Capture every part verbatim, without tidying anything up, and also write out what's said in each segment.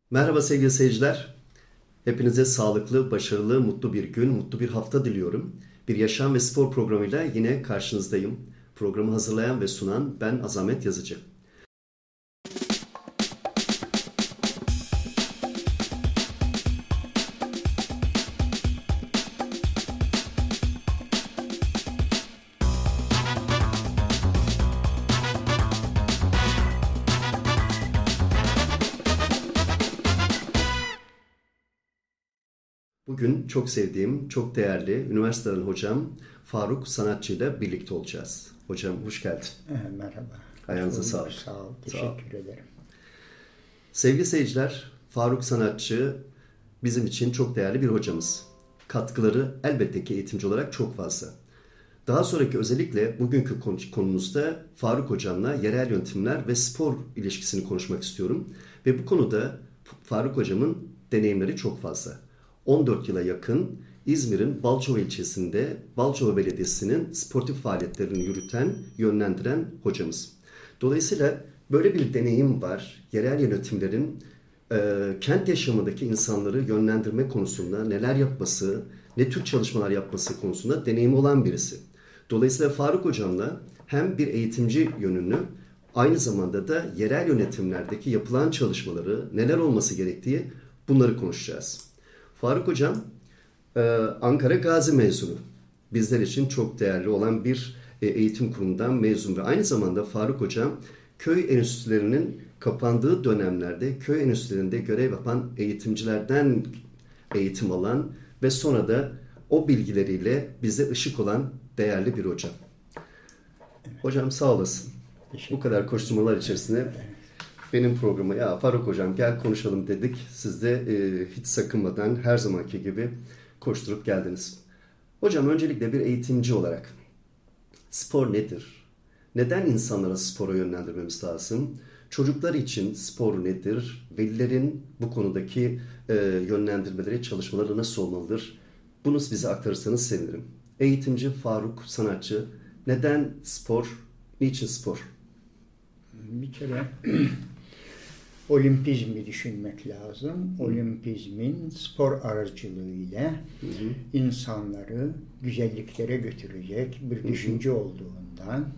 Merhaba sevgili seyirciler. Hepinize sağlıklı, başarılı, mutlu bir gün, mutlu bir hafta diliyorum. Bir yaşam ve spor programıyla yine karşınızdayım. Programı hazırlayan ve sunan ben Azamet Yazıcı. Bugün çok sevdiğim, çok değerli üniversiteden hocam Faruk Sanatçı ile birlikte olacağız. Hocam hoş geldin. Merhaba. Ayağınıza sağlık. Sağ ol. Sağ ol. Teşekkür ederim. Sevgili seyirciler, Faruk Sanatçı bizim için çok değerli bir hocamız. Katkıları elbette ki eğitimci olarak çok fazla. Daha sonraki özellikle bugünkü konumuzda Faruk hocamla yerel yöntemler ve spor ilişkisini konuşmak istiyorum. Ve bu konuda Faruk hocamın deneyimleri çok fazla. on dört yıla yakın İzmir'in Balçova ilçesinde Balçova Belediyesi'nin sportif faaliyetlerini yürüten, yönlendiren hocamız. Dolayısıyla böyle bir deneyim var. Yerel yönetimlerin e, kent yaşamındaki insanları yönlendirme konusunda neler yapması, ne tür çalışmalar yapması konusunda deneyimi olan birisi. Dolayısıyla Faruk hocamla hem bir eğitimci yönünü, aynı zamanda da yerel yönetimlerdeki yapılan çalışmaları, neler olması gerektiği bunları konuşacağız. Faruk hocam Ankara Gazi mezunu. Bizler için çok değerli olan bir eğitim kurumundan mezun ve aynı zamanda Faruk hocam köy enstitülerinin kapandığı dönemlerde köy enstitülerinde görev yapan eğitimcilerden eğitim alan ve sonra da o bilgileriyle bize ışık olan değerli bir hocam. Hocam sağ olasın. Bu kadar koşturmalar içerisinde benim programa ya Faruk hocam gel konuşalım dedik. Siz de e, hiç sakınmadan her zamanki gibi koşturup geldiniz. Hocam öncelikle bir eğitimci olarak spor nedir? Neden insanlara spora yönlendirmemiz lazım? Çocuklar için spor nedir? Velilerin bu konudaki e, yönlendirmeleri, çalışmaları nasıl olmalıdır? Bunu bize aktarırsanız sevinirim. Eğitimci Faruk Sanatçı, neden spor, niçin spor? Bir kere olimpizmi düşünmek lazım. Olimpizmin spor aracılığıyla hı hı. insanları güzelliklere götürecek bir hı hı. düşünce olduğundan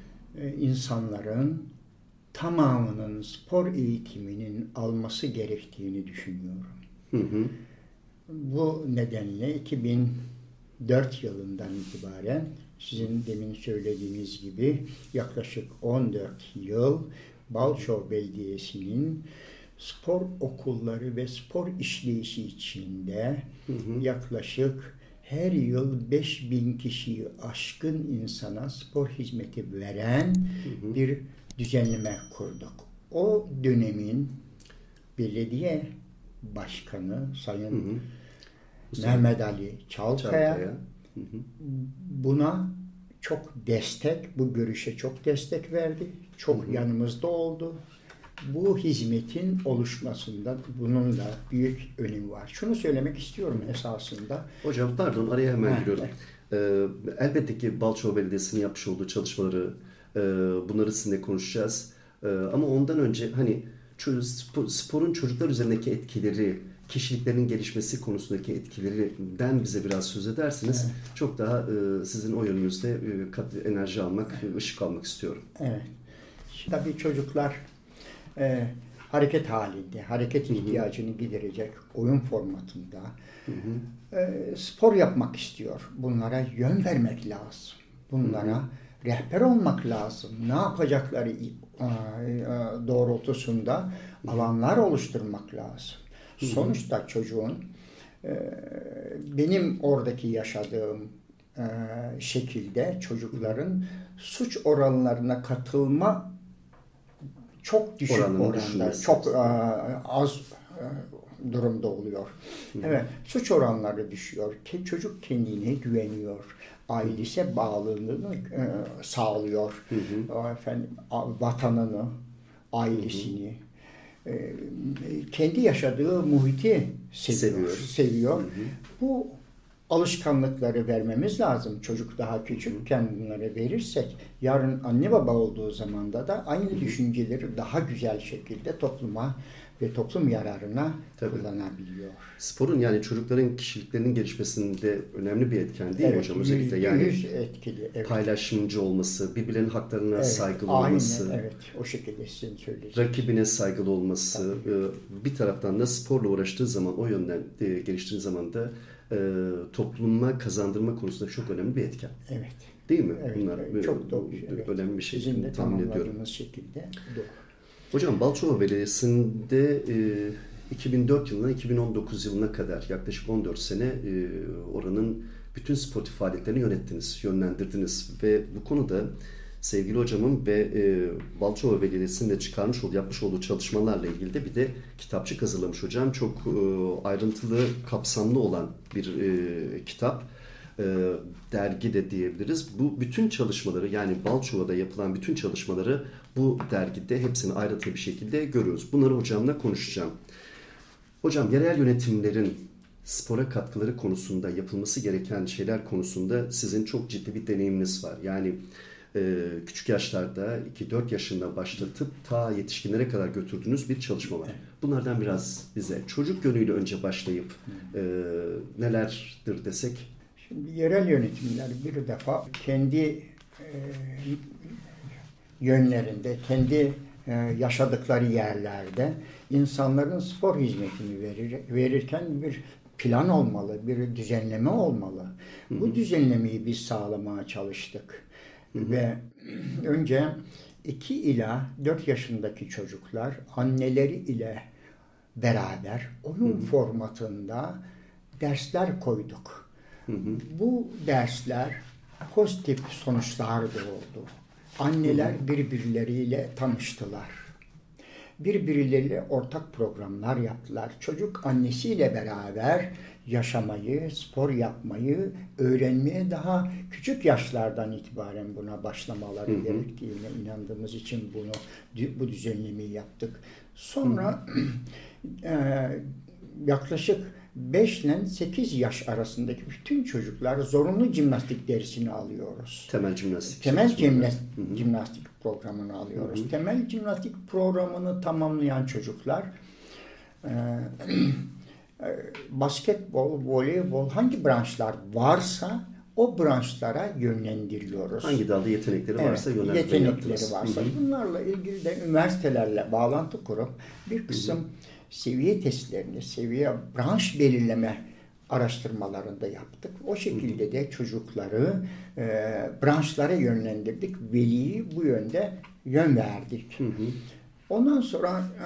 insanların tamamının spor eğitiminin alması gerektiğini düşünüyorum. Hı hı. Bu nedenle iki bin dört yılından itibaren sizin demin söylediğiniz gibi yaklaşık on dört yıl Balçova Belediyesi'nin spor okulları ve spor işleyişi içinde hı hı. yaklaşık her yıl beş bin kişiyi aşkın insana spor hizmeti veren hı hı. bir düzenleme kurduk. O dönemin belediye başkanı Sayın hı hı. Mehmet Ali Çalkaya, Çalkaya. Hı hı. buna çok destek, bu görüşe çok destek verdi. Çok hı hı. yanımızda oldu. Bu hizmetin oluşmasında bunun da büyük önemi var. Şunu söylemek istiyorum esasında. Hocam pardon araya hemen giriyorum. Ee, elbette ki Balçova Belediyesi'nin yapmış olduğu çalışmaları, e, bunları sizinle konuşacağız. E, ama ondan önce hani sporun çocuklar üzerindeki etkileri, kişiliklerin gelişmesi konusundaki etkilerinden bize biraz söz ederseniz evet. çok daha e, sizin o yönünüzde e, enerji almak, evet. ışık almak istiyorum. Evet. Tabii çocuklar e, hareket halinde, hareket ihtiyacını hı hı. giderecek oyun formatında hı hı. E, spor yapmak istiyor. Bunlara yön vermek lazım. Bunlara hı hı. rehber olmak lazım. Ne yapacakları e, doğrultusunda hı hı. alanlar oluşturmak lazım. Hı hı. Sonuçta çocuğun e, benim oradaki yaşadığım e, şekilde çocukların suç oranlarına katılma çok düşük Oranını oranda, çok e, az e, durumda oluyor. Hı hı. Evet, suç oranları düşüyor. Çocuk kendine güveniyor. Ailese bağlılığını e, sağlıyor. Hı hı. Efendim, vatanını, ailesini, hı hı. E, kendi yaşadığı muhiti seviyor. Seviyor. seviyor. Hı hı. Bu alışkanlıkları vermemiz lazım. Çocuk daha küçükken bunları verirsek yarın anne baba olduğu zamanda da aynı düşünceleri daha güzel şekilde topluma ve toplum yararına Tabii. kullanabiliyor. Sporun yani çocukların kişiliklerinin gelişmesinde önemli bir etken değil mi evet, hocam? Özellikle yüz, yani yüz etkili. Evet. Paylaşımcı olması, birbirlerinin haklarına evet, saygılı aynen, olması, evet, o şekilde sizin söyleyeceğiniz. rakibine saygılı olması, Tabii. bir taraftan da sporla uğraştığı zaman, o yönden geliştiği zaman da topluma kazandırma konusunda çok önemli bir etken. Evet. Değil mi? Evet, Bunlar evet, çok doğru. Evet. Önemli bir şey. Sizin de tahmin ediyorum. tamamladığınız şekilde doğru. Hocam Balçova Belediyesi'nde e, iki bin dört yılından iki bin on dokuz yılına kadar yaklaşık on dört sene e, oranın bütün sportif faaliyetlerini yönettiniz, yönlendirdiniz ve bu konuda sevgili hocamın ve e, Balçova Belediyesi'nde çıkarmış olduğu, yapmış olduğu çalışmalarla ilgili de bir de kitapçık hazırlamış hocam. Çok e, ayrıntılı, kapsamlı olan bir e, kitap. E, dergi de diyebiliriz. Bu bütün çalışmaları, yani Balçova'da yapılan bütün çalışmaları bu dergide hepsini ayrıntılı bir şekilde görüyoruz. Bunları hocamla konuşacağım. Hocam yerel yönetimlerin spora katkıları konusunda, yapılması gereken şeyler konusunda sizin çok ciddi bir deneyiminiz var. Yani e, küçük yaşlarda iki dört yaşında başlatıp ta yetişkinlere kadar götürdüğünüz bir çalışma var. Bunlardan biraz bize çocuk yönüyle önce başlayıp e, nelerdir desek. Şimdi yerel yönetimler bir defa kendi e, yönlerinde, kendi e, yaşadıkları yerlerde insanların spor hizmetini verir, verirken bir plan olmalı, bir düzenleme olmalı. Hı hı. Bu düzenlemeyi biz sağlamaya çalıştık. Hı hı. Ve önce iki ila dört yaşındaki çocuklar anneleri ile beraber oyun hı hı. formatında dersler koyduk. Hı hı. Bu dersler pozitif sonuçlar doğurdu. Anneler hı hı. birbirleriyle tanıştılar. Birbirleriyle ortak programlar yaptılar. Çocuk annesiyle beraber yaşamayı, spor yapmayı, öğrenmeye daha küçük yaşlardan itibaren buna başlamaları hı hı. gerektiğine inandığımız için bunu bu düzenlemeyi yaptık. Sonra e, yaklaşık beş ile sekiz yaş arasındaki bütün çocuklar zorunlu jimnastik dersini alıyoruz. Temel jimnastik. Temel jimnastik, jimnastik programını alıyoruz. Hı hı. Temel jimnastik programını tamamlayan çocuklar e, basketbol, voleybol hangi branşlar varsa o branşlara yönlendiriliyoruz. Hangi dalda yetenekleri varsa evet, yönlendirmeyi yetenekleri varsa. Hı hı. Bunlarla ilgili de üniversitelerle bağlantı kurup bir kısım hı hı. seviye testlerini, seviye branş belirleme araştırmalarında yaptık. O şekilde hı hı. de çocukları e, branşlara yönlendirdik. Veliyi bu yönde yön verdik. Hı hı. Ondan sonra e,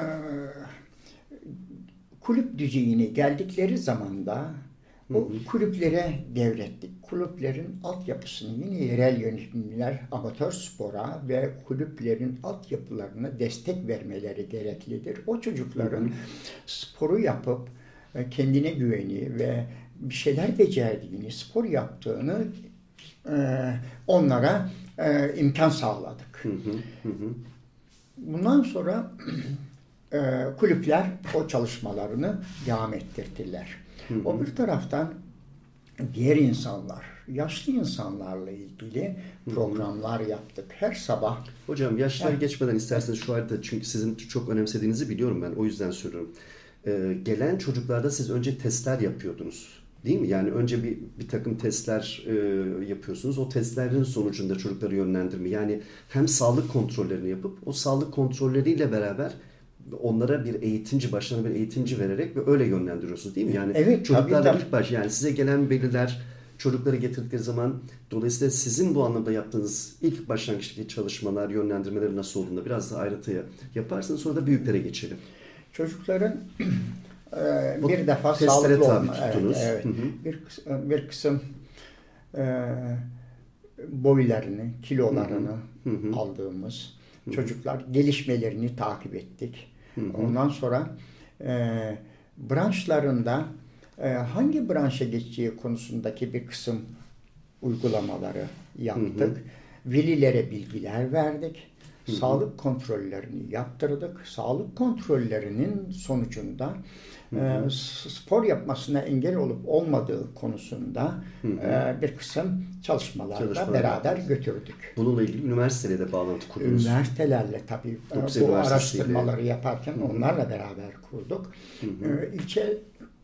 kulüp düzeyine geldikleri zaman da o hı hı. kulüplere devrettik. Kulüplerin altyapısını yine yerel yönetimler amatör spora ve kulüplerin altyapılarına destek vermeleri gereklidir. O çocukların hı hı. sporu yapıp kendine güveni ve bir şeyler becerdiğini, spor yaptığını e, onlara e, imkan sağladık. Hı hı. Hı hı. Bundan sonra e, kulüpler o çalışmalarını devam ettirdiler. Hı hı. O bir taraftan diğer insanlar, yaşlı insanlarla ilgili programlar hı hı. yaptık. Her sabah. Hocam yaşlara yani, geçmeden isterseniz şu arada, çünkü sizin çok önemsediğinizi biliyorum ben. O yüzden söylüyorum. Ee, gelen çocuklarda siz önce testler yapıyordunuz. Değil mi? Yani önce bir, bir takım testler e, yapıyorsunuz. O testlerin sonucunda çocukları yönlendirme. Yani hem sağlık kontrollerini yapıp o sağlık kontrolleriyle beraber onlara bir eğitimci, başlarına bir eğitimci vererek ve öyle yönlendiriyorsunuz değil mi? Yani evet, çocuklarla tabii, ilk baş, yani size gelen veliler çocukları getirdikleri zaman, dolayısıyla sizin bu anlamda yaptığınız ilk başlangıçtaki çalışmalar, yönlendirmeleri nasıl olduğunu biraz daha ayrıntıya yaparsanız sonra da büyüklere geçelim. Çocukların e, bir defa sağlıklı olma, evet, evet. Hı hı. Bir, bir kısım e, boylarını, kilolarını hı hı. aldığımız hı hı. çocuklar, gelişmelerini takip ettik. Hı hı. Ondan sonra e, branşlarında e, hangi branşa geçeceği konusundaki bir kısım uygulamaları yaptık. Hı hı. Velilere bilgiler verdik. Hı hı. Sağlık kontrollerini yaptırdık. Sağlık kontrollerinin sonucunda hı hı. E, spor yapmasına engel olup olmadığı konusunda hı hı. E, bir kısım çalışmalarla beraber yaptınız. Götürdük. Bununla ilgili üniversiteyle de bağlantı kurdunuz. Üniversitelerle tabii e, bu araştırmaları yaparken hı hı. onlarla beraber kurduk. Hı hı. E, ilçe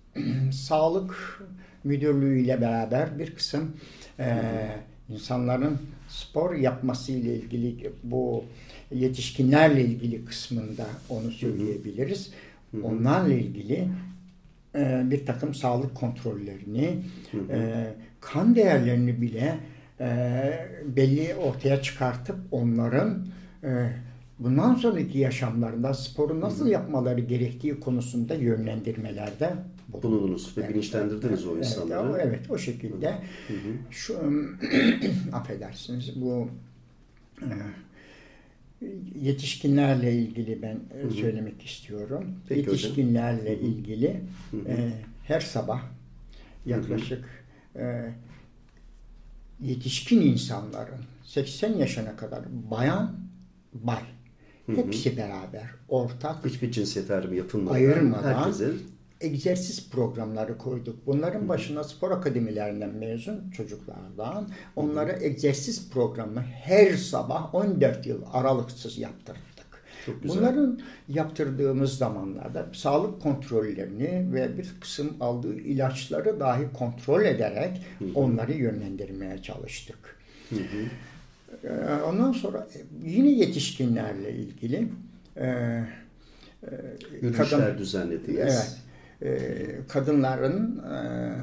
Sağlık Müdürlüğü ile beraber bir kısım e, insanların spor yapması ile ilgili bu yetişkinlerle ilgili kısmında onu söyleyebiliriz. Hı hı. Onlarla ilgili e, bir takım sağlık kontrollerini, hı hı. E, kan değerlerini bile e, belli ortaya çıkartıp onların e, bundan sonraki yaşamlarında sporu nasıl yapmaları gerektiği konusunda yönlendirmelerde bulundunuz ve evet, bilinçlendirdiniz evet, o insanları. Evet, evet, o şekilde. Hı hı. Şu affedersiniz bu e, yetişkinlerle ilgili ben hı hı. söylemek istiyorum. Peki yetişkinlerle hocam. ilgili hı hı. E, her sabah yaklaşık hı hı. E, yetişkin insanların seksen yaşına kadar bayan bay hı hı. hepsi beraber ortak hiçbir cinsiyet ayrımı yapılmadan ayırmadan herkese egzersiz programları koyduk. Bunların başına spor akademilerinden mezun çocuklardan onlara egzersiz programı her sabah on dört yıl aralıksız yaptırdık. Bunların yaptırdığımız zamanlarda sağlık kontrollerini ve bir kısım aldığı ilaçları dahi kontrol ederek hı hı. onları yönlendirmeye çalıştık. Hı hı. Ondan sonra yine yetişkinlerle ilgili e, e, yürüyüşler kadın, düzenlediniz. Evet. Kadınların e,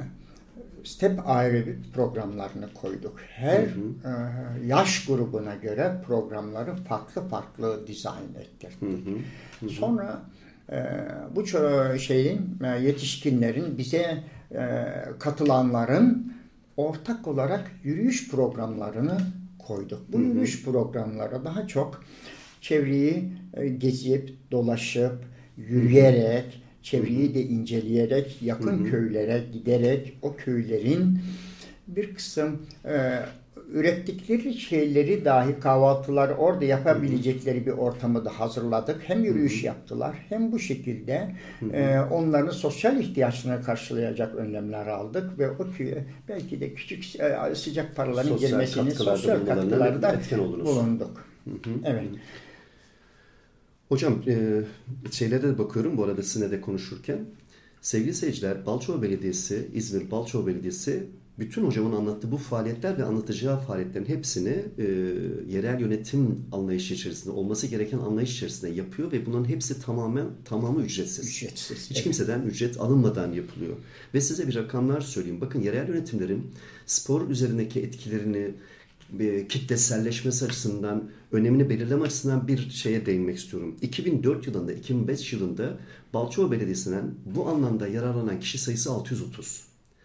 step aerobik programlarını koyduk. Her hı hı. E, yaş grubuna göre programları farklı farklı dizayn ettirdik. Hı hı. Hı. Sonra e, bu şeyin e, yetişkinlerin bize e, katılanların ortak olarak yürüyüş programlarını koyduk. Bu hı hı. yürüyüş programları daha çok çevreyi e, gezip, dolaşıp, yürüyerek, hı hı. çevreyi de inceleyerek, yakın hı hı. köylere giderek o köylerin bir kısım e, ürettikleri şeyleri dahi kahvaltıları orada yapabilecekleri bir ortamı da hazırladık. Hem yürüyüş hı hı. yaptılar hem bu şekilde hı hı. E, onların sosyal ihtiyaçlarını karşılayacak önlemler aldık ve o köye belki de küçük e, sıcak paraların sosyal girmesini, sosyal katkılarda bulunduk. Hı hı. Evet. Hı hı. Hocam e, şeylere de bakıyorum bu arada sizinle de konuşurken. Sevgili seyirciler, Balçova Belediyesi, İzmir Balçova Belediyesi bütün hocamın anlattığı bu faaliyetler ve anlatacağı faaliyetlerin hepsini e, yerel yönetim anlayışı içerisinde, olması gereken anlayış içerisinde yapıyor ve bunların hepsi tamamen tamamı ücretsiz. Ücretsiz. Hiç evet. kimseden ücret alınmadan yapılıyor. Ve size bir rakamlar söyleyeyim. Bakın yerel yönetimlerin spor üzerindeki etkilerini kitleselleşmesi açısından, önemini belirleme açısından bir şeye değinmek istiyorum. iki bin dört yılında, iki bin beş yılında Balçova Belediyesi'nden bu anlamda yararlanan kişi sayısı altı yüz otuz.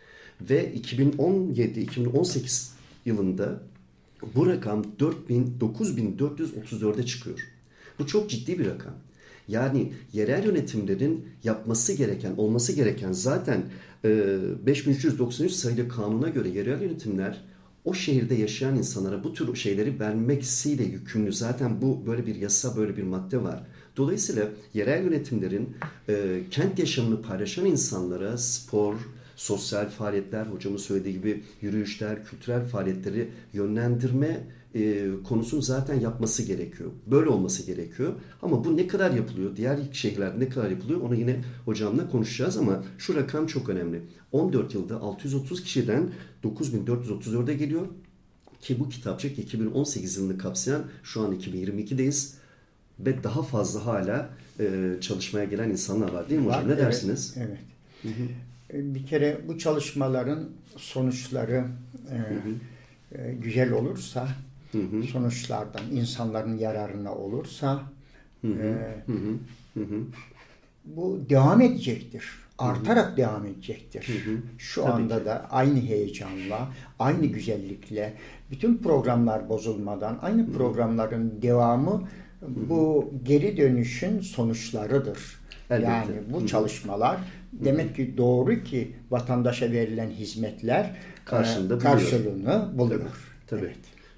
Ve iki bin on yedi iki bin on sekiz yılında bu rakam dokuz bin dört yüz otuz dörde çıkıyor. Bu çok ciddi bir rakam. Yani yerel yönetimlerin yapması gereken, olması gereken zaten beş bin üç yüz doksan üç sayılı kanuna göre yerel yönetimler o şehirde yaşayan insanlara bu tür şeyleri vermeksiyle yükümlü. Zaten bu böyle bir yasa, böyle bir madde var. Dolayısıyla yerel yönetimlerin e, kent yaşamını paylaşan insanlara spor, sosyal faaliyetler, hocamın söylediği gibi yürüyüşler, kültürel faaliyetleri yönlendirme e, konusunu zaten yapması gerekiyor. Böyle olması gerekiyor. Ama bu ne kadar yapılıyor? Diğer şehirlerde ne kadar yapılıyor? Onu yine hocamla konuşacağız ama şu rakam çok önemli. on dört yılda altı yüz otuz kişiden dokuz bin dört yüz otuz dörde geliyor. Ki bu kitapçık iki bin on sekiz yılını kapsayan, şu an iki bin yirmi ikideyiz. Ve daha fazla hala e, çalışmaya gelen insanlar var değil mi hocam? Var, ne evet, dersiniz? Evet. Hı hı. Bir kere bu çalışmaların sonuçları e, hı hı. E, güzel olursa, hı hı. sonuçlardan insanların yararına olursa hı hı. E, hı hı. Hı hı. bu devam edecektir. Artarak hı hı. devam edecektir. Hı hı. Şu Tabii anda ki. da aynı heyecanla, aynı güzellikle, bütün programlar bozulmadan, aynı hı hı. programların devamı hı hı. bu geri dönüşün sonuçlarıdır. Elbette. Yani bu hı hı. çalışmalar demek ki doğru ki vatandaşa verilen hizmetler Karşında karşılığını buluyor. Tabii. Tabii. Evet.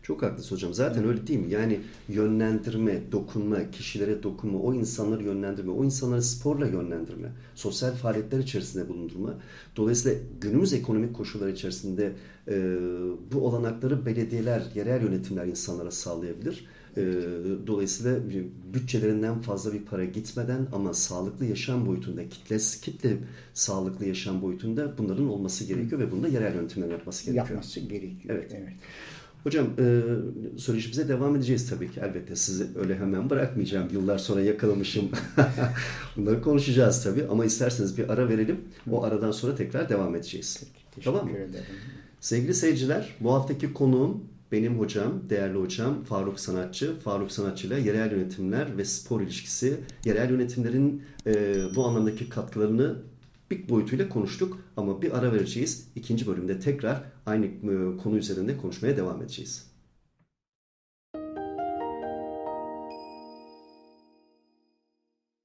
Çok haklısın hocam. Zaten evet. Öyle değil mi? Yani yönlendirme, dokunma, kişilere dokunma, o insanları yönlendirme, o insanları sporla yönlendirme, sosyal faaliyetler içerisinde bulundurma. Dolayısıyla günümüz ekonomik koşulları içerisinde e, bu olanakları belediyeler, yerel yönetimler insanlara sağlayabilir. Evet. E, dolayısıyla bütçelerinden fazla bir para gitmeden ama sağlıklı yaşam boyutunda, kitle, kitle sağlıklı yaşam boyutunda bunların olması gerekiyor Hı. ve bunu da yerel yönetimlerin yapması gerekiyor. Yapması gerekiyor. Evet. evet. Hocam e, söyleşimize devam edeceğiz tabii ki elbette. Sizi öyle hemen bırakmayacağım. Yıllar sonra yakalamışım. Bunları konuşacağız tabii ama isterseniz bir ara verelim. O aradan sonra tekrar devam edeceğiz. Teşekkür tamam mı? ederim. Sevgili seyirciler, bu haftaki konuğum benim hocam, değerli hocam Faruk Sanatçı. Faruk Sanatçı ile yerel yönetimler ve spor ilişkisi, yerel yönetimlerin e, bu anlamdaki katkılarını bir boyutuyla konuştuk ama bir ara vereceğiz. İkinci bölümde tekrar aynı konu üzerinde konuşmaya devam edeceğiz.